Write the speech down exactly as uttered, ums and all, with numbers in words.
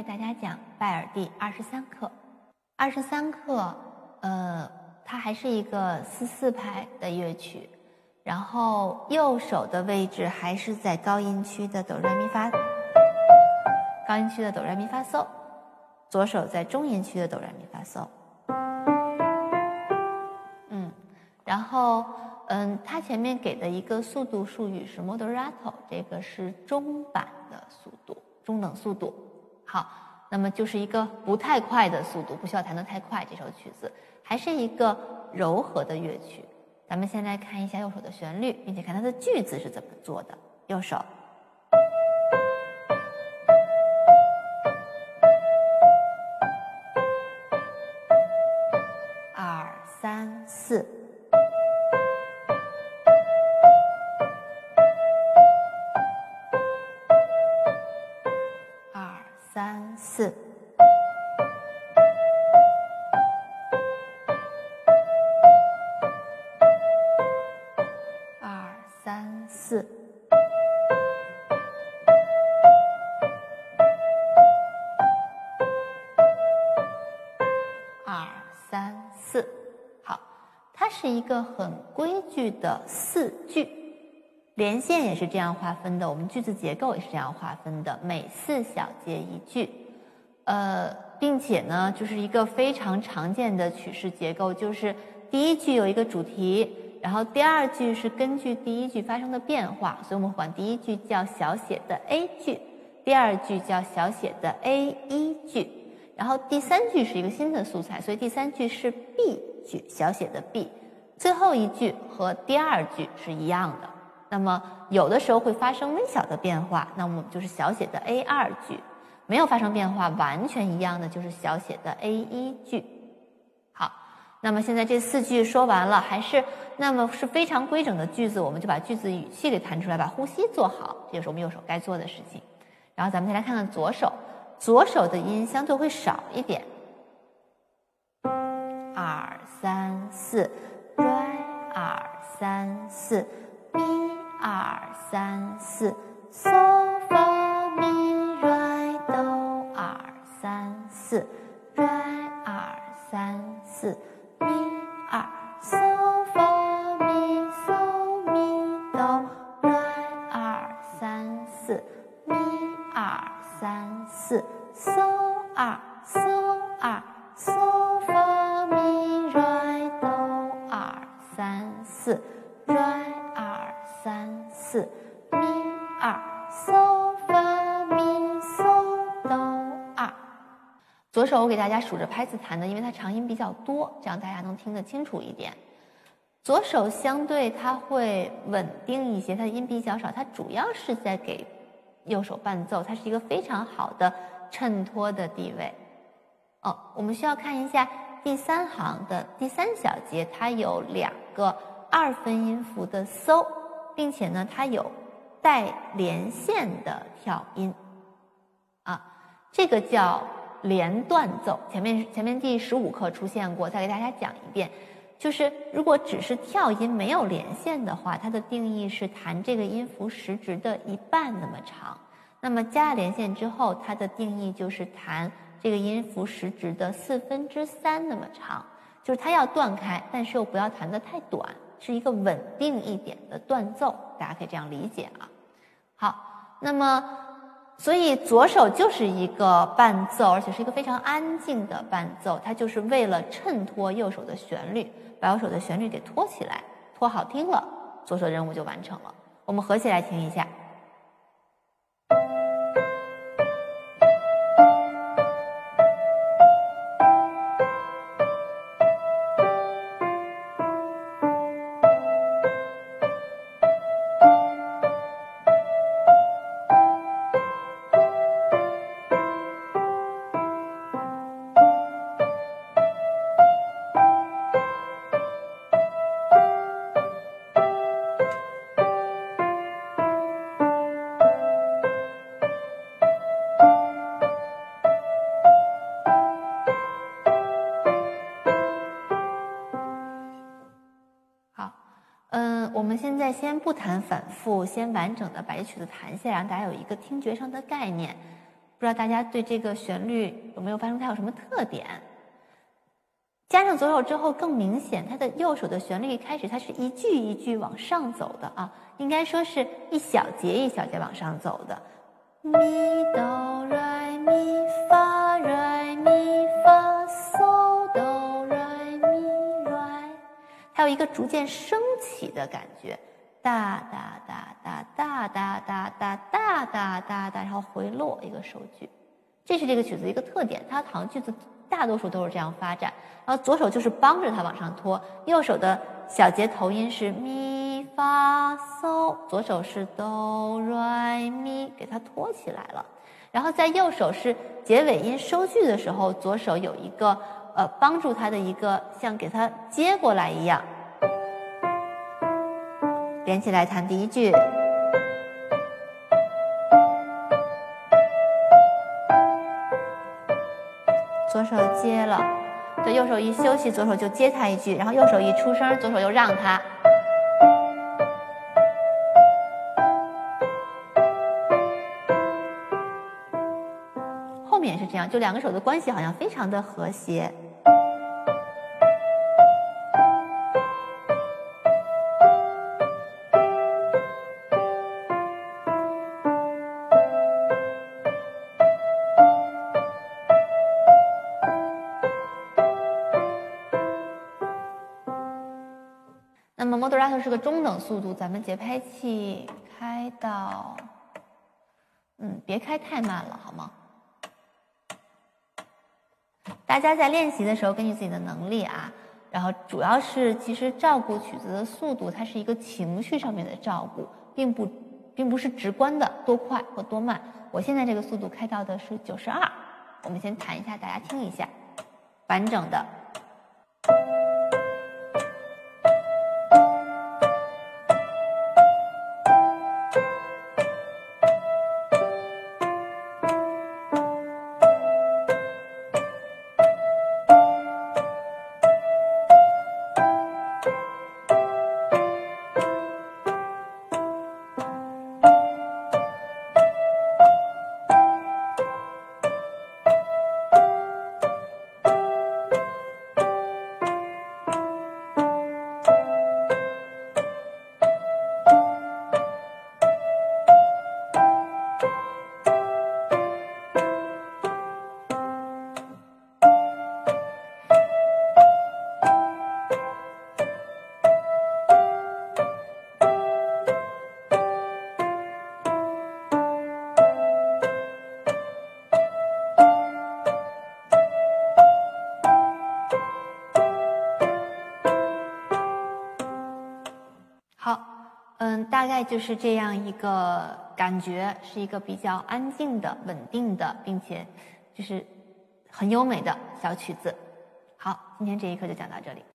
大家讲拜耳第二十三课。二十三课，呃，它还是一个四四拍的乐曲，然后右手的位置还是在高音区的哆来咪发，高音区的哆来咪发嗦，左手在中音区的哆来咪发嗦。嗯，然后嗯，它前面给的一个速度术语是 moderato， 这个是中版的速度，中等速度。好，那么就是一个不太快的速度，不需要弹得太快。这首曲子还是一个柔和的乐曲。咱们先来看一下右手的旋律，并且看它的句子是怎么做的。右手。二三四。二三四。二三四。二三四。好，它是一个很规矩的四句，连线也是这样划分的，我们句子结构也是这样划分的，每四小节一句。呃，并且呢，就是一个非常常见的曲式结构，就是第一句有一个主题，然后第二句是根据第一句发生的变化，所以我们管第一句叫小写的 A 句，第二句叫小写的 A 一 句，然后第三句是一个新的素材，所以第三句是 B 句，小写的 B， 最后一句和第二句是一样的。那么有的时候会发生微小的变化，那么就是小写的 A 二 句，没有发生变化完全一样的就是小写的 A 一 句。好，那么现在这四句说完了，还是那么是非常规整的句子，我们就把句子语气给弹出来，把呼吸做好，这就是我们右手该做的事情。然后咱们再来看看左手，左手的音相对会少一点。二三四 ，re 二三四 ，mi 二三四 ，so fa mi re do 二三四 ，re 二三四 ，mi 二 so fa mi so mi do re 二三四 ，mi 二三四 ，so 二 so 二 so fa mi re do 二三四 ，re 二三四 ，mi 二 so fa mi so do 二。左手我给大家数着拍子弹的，因为它长音比较多，这样大家能听得清楚一点。左手相对它会稳定一些，它的音比较少，它主要是在给右手伴奏，它是一个非常好的衬托的地位。哦，我们需要看一下第三行的第三小节，它有两个二分音符的 so， 并且呢，它有带连线的跳音啊，这个叫连断奏。前面前面第十五课出现过，再给大家讲一遍。就是如果只是跳音没有连线的话，它的定义是弹这个音符时值的一半那么长。那么加了连线之后，它的定义就是弹这个音符时值的四分之三那么长，就是它要断开，但是又不要弹得太短，是一个稳定一点的断奏，大家可以这样理解啊。好，那么所以左手就是一个伴奏，而且是一个非常安静的伴奏，它就是为了衬托右手的旋律，把右手的旋律给托起来，托好听了，左手任务就完成了。我们合起来听一下。我们现在先不谈反复，先完整的把这曲子弹下来，让大家有一个听觉上的概念。 不知道大家对这个旋律有没有发现它有什么特点？加上左手之后更明显，它的右手的旋律一开始它是一句一句往上走的啊，应该说是一小节一小节往上走的。咪哆来咪发来咪发嗦哆来咪来，它有一个逐渐升起的感觉，哒哒哒哒哒哒哒哒哒哒哒哒，然后回落一个收句，这是这个曲子一个特点，它好像句子大多数都是这样发展，然后左手就是帮着它往上拖，右手的小节头音是咪发嗦，左手是哆来咪，给它拖起来了。然后在右手是结尾音收句的时候，左手有一个呃帮助它的一个像给它接过来一样，连起来弹第一句。左手接了，对，右手一休息，左手就接它一句，然后右手一出声，左手又让它。后面也是这样，就两个手的关系好像非常的和谐。那么 moderato 是个中等速度，咱们节拍器开到，嗯，别开太慢了，好吗？大家在练习的时候，根据自己的能力啊，然后主要是其实照顾曲子的速度，它是一个情绪上面的照顾，并不并不是直观的多快或多慢。我现在这个速度开到的是九十二，我们先弹一下，大家听一下，完整的。好，嗯，大概就是这样一个感觉，是一个比较安静的、稳定的，并且就是很优美的小曲子。好，今天这一课就讲到这里。